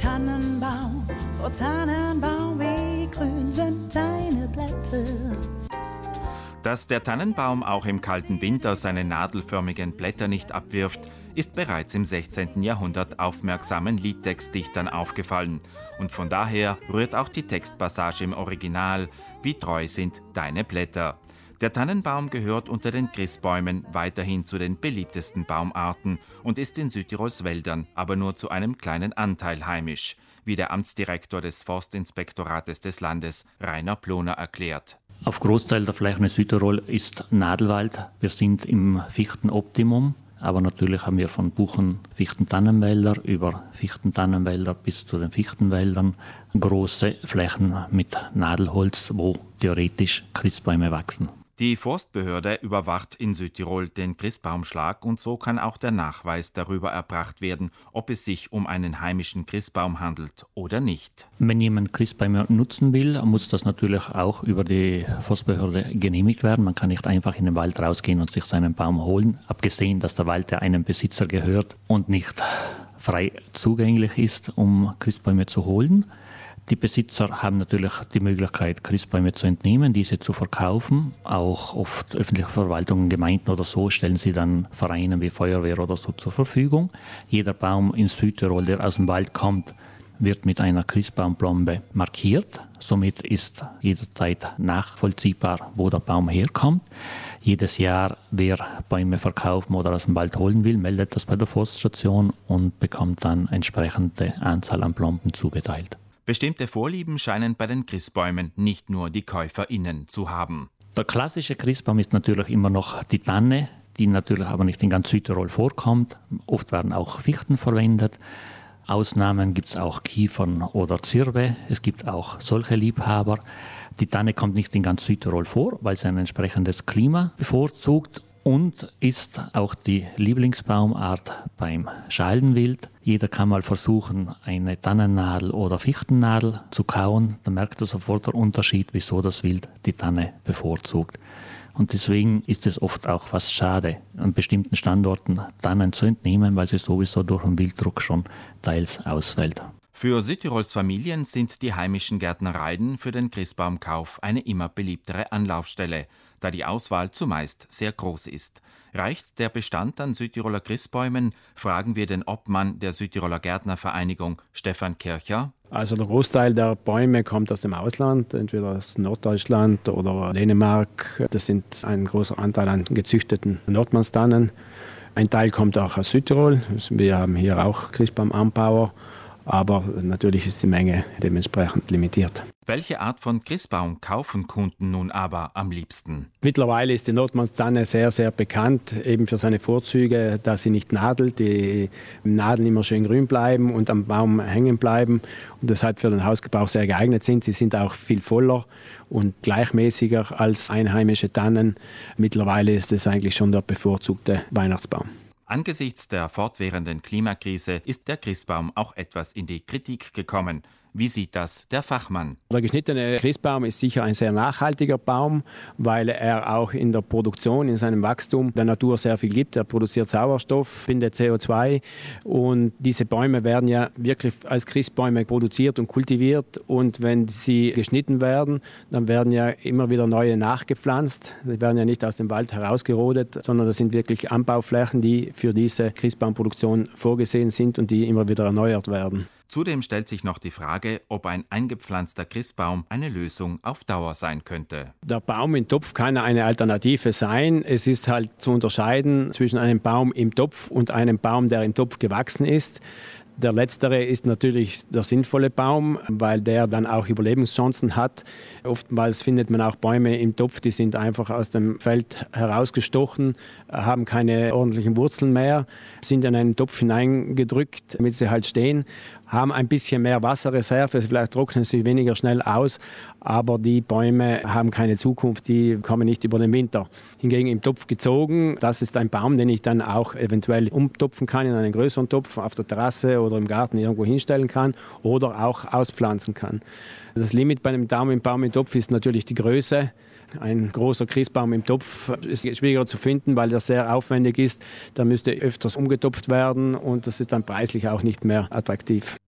Tannenbaum, oh Tannenbaum, wie grün sind deine Blätter. Dass der Tannenbaum auch im kalten Winter seine nadelförmigen Blätter nicht abwirft, ist bereits im 16. Jahrhundert aufmerksamen Liedtextdichtern aufgefallen. Und von daher rührt auch die Textpassage im Original: Wie treu sind deine Blätter. Der Tannenbaum gehört unter den Christbäumen weiterhin zu den beliebtesten Baumarten und ist in Südtirols Wäldern aber nur zu einem kleinen Anteil heimisch, wie der Amtsdirektor des Forstinspektorates des Landes, Rainer Ploner, erklärt. Auf Großteil der Flächen in Südtirol ist Nadelwald. Wir sind im Fichtenoptimum, aber natürlich haben wir von Buchen, Fichten, Tannenwälder über Fichten, Tannenwälder bis zu den Fichtenwäldern große Flächen mit Nadelholz, wo theoretisch Christbäume wachsen. Die Forstbehörde überwacht in Südtirol den Christbaumschlag und so kann auch der Nachweis darüber erbracht werden, ob es sich um einen heimischen Christbaum handelt oder nicht. Wenn jemand Christbäume nutzen will, muss das natürlich auch über die Forstbehörde genehmigt werden. Man kann nicht einfach in den Wald rausgehen und sich seinen Baum holen, abgesehen, dass der Wald ja einem Besitzer gehört und nicht frei zugänglich ist, um Christbäume zu holen. Die Besitzer haben natürlich die Möglichkeit, Christbäume zu entnehmen, diese zu verkaufen. Auch oft öffentliche Verwaltungen, Gemeinden oder so, stellen sie dann Vereinen wie Feuerwehr oder so zur Verfügung. Jeder Baum in Südtirol, der aus dem Wald kommt, wird mit einer Christbaumplombe markiert. Somit ist jederzeit nachvollziehbar, wo der Baum herkommt. Jedes Jahr, wer Bäume verkaufen oder aus dem Wald holen will, meldet das bei der Forststation und bekommt dann entsprechende Anzahl an Plomben zugeteilt. Bestimmte Vorlieben scheinen bei den Christbäumen nicht nur die KäuferInnen zu haben. Der klassische Christbaum ist natürlich immer noch die Tanne, die natürlich aber nicht in ganz Südtirol vorkommt. Oft werden auch Fichten verwendet. Ausnahmen gibt es auch Kiefern oder Zirbe. Es gibt auch solche Liebhaber. Die Tanne kommt nicht in ganz Südtirol vor, weil sie ein entsprechendes Klima bevorzugt und ist auch die Lieblingsbaumart beim Scheidenwild. Jeder kann mal versuchen, eine Tannennadel oder Fichtennadel zu kauen. Dann merkt er sofort den Unterschied, wieso das Wild die Tanne bevorzugt. Und deswegen ist es oft auch fast schade, an bestimmten Standorten Tannen zu entnehmen, weil sie sowieso durch den Wilddruck schon teils ausfällt. Für Südtirols Familien sind die heimischen Gärtnereien für den Christbaumkauf eine immer beliebtere Anlaufstelle, da die Auswahl zumeist sehr groß ist. Reicht der Bestand an Südtiroler Christbäumen, fragen wir den Obmann der Südtiroler Gärtnervereinigung, Stefan Kircher. Also der Großteil der Bäume kommt aus dem Ausland, entweder aus Norddeutschland oder Dänemark. Das sind ein großer Anteil an gezüchteten Nordmannstannen. Ein Teil kommt auch aus Südtirol. Wir haben hier auch Christbaumanbauer. Aber natürlich ist die Menge dementsprechend limitiert. Welche Art von Christbaum kaufen Kunden nun aber am liebsten? Mittlerweile ist die Nordmannstanne sehr, sehr bekannt, eben für seine Vorzüge, dass sie nicht nadelt, die Nadeln immer schön grün bleiben und am Baum hängen bleiben und deshalb für den Hausgebrauch sehr geeignet sind. Sie sind auch viel voller und gleichmäßiger als einheimische Tannen. Mittlerweile ist es eigentlich schon der bevorzugte Weihnachtsbaum. Angesichts der fortwährenden Klimakrise ist der Christbaum auch etwas in die Kritik gekommen. Wie sieht das der Fachmann? Der geschnittene Christbaum ist sicher ein sehr nachhaltiger Baum, weil er auch in der Produktion, in seinem Wachstum der Natur sehr viel gibt. Er produziert Sauerstoff, bindet CO2 und diese Bäume werden ja wirklich als Christbäume produziert und kultiviert und wenn sie geschnitten werden, dann werden ja immer wieder neue nachgepflanzt. Die werden ja nicht aus dem Wald herausgerodet, sondern das sind wirklich Anbauflächen, die für diese Christbaumproduktion vorgesehen sind und die immer wieder erneuert werden. Zudem stellt sich noch die Frage, ob ein eingepflanzter Christbaum eine Lösung auf Dauer sein könnte. Der Baum im Topf kann eine Alternative sein. Es ist halt zu unterscheiden zwischen einem Baum im Topf und einem Baum, der im Topf gewachsen ist. Der letztere ist natürlich der sinnvolle Baum, weil der dann auch Überlebenschancen hat. Oftmals findet man auch Bäume im Topf, die sind einfach aus dem Feld herausgestochen, haben keine ordentlichen Wurzeln mehr, sind in einen Topf hineingedrückt, damit sie halt stehen, haben ein bisschen mehr Wasserreserve, vielleicht trocknen sie weniger schnell aus, aber die Bäume haben keine Zukunft, die kommen nicht über den Winter. Hingegen im Topf gezogen, das ist ein Baum, den ich dann auch eventuell umtopfen kann in einen größeren Topf, auf der Terrasse oder im Garten irgendwo hinstellen kann oder auch auspflanzen kann. Das Limit bei einem Baum im Topf ist natürlich die Größe. Ein großer Christbaum im Topf ist schwieriger zu finden, weil der sehr aufwendig ist. Da müsste öfters umgetopft werden und das ist dann preislich auch nicht mehr attraktiv.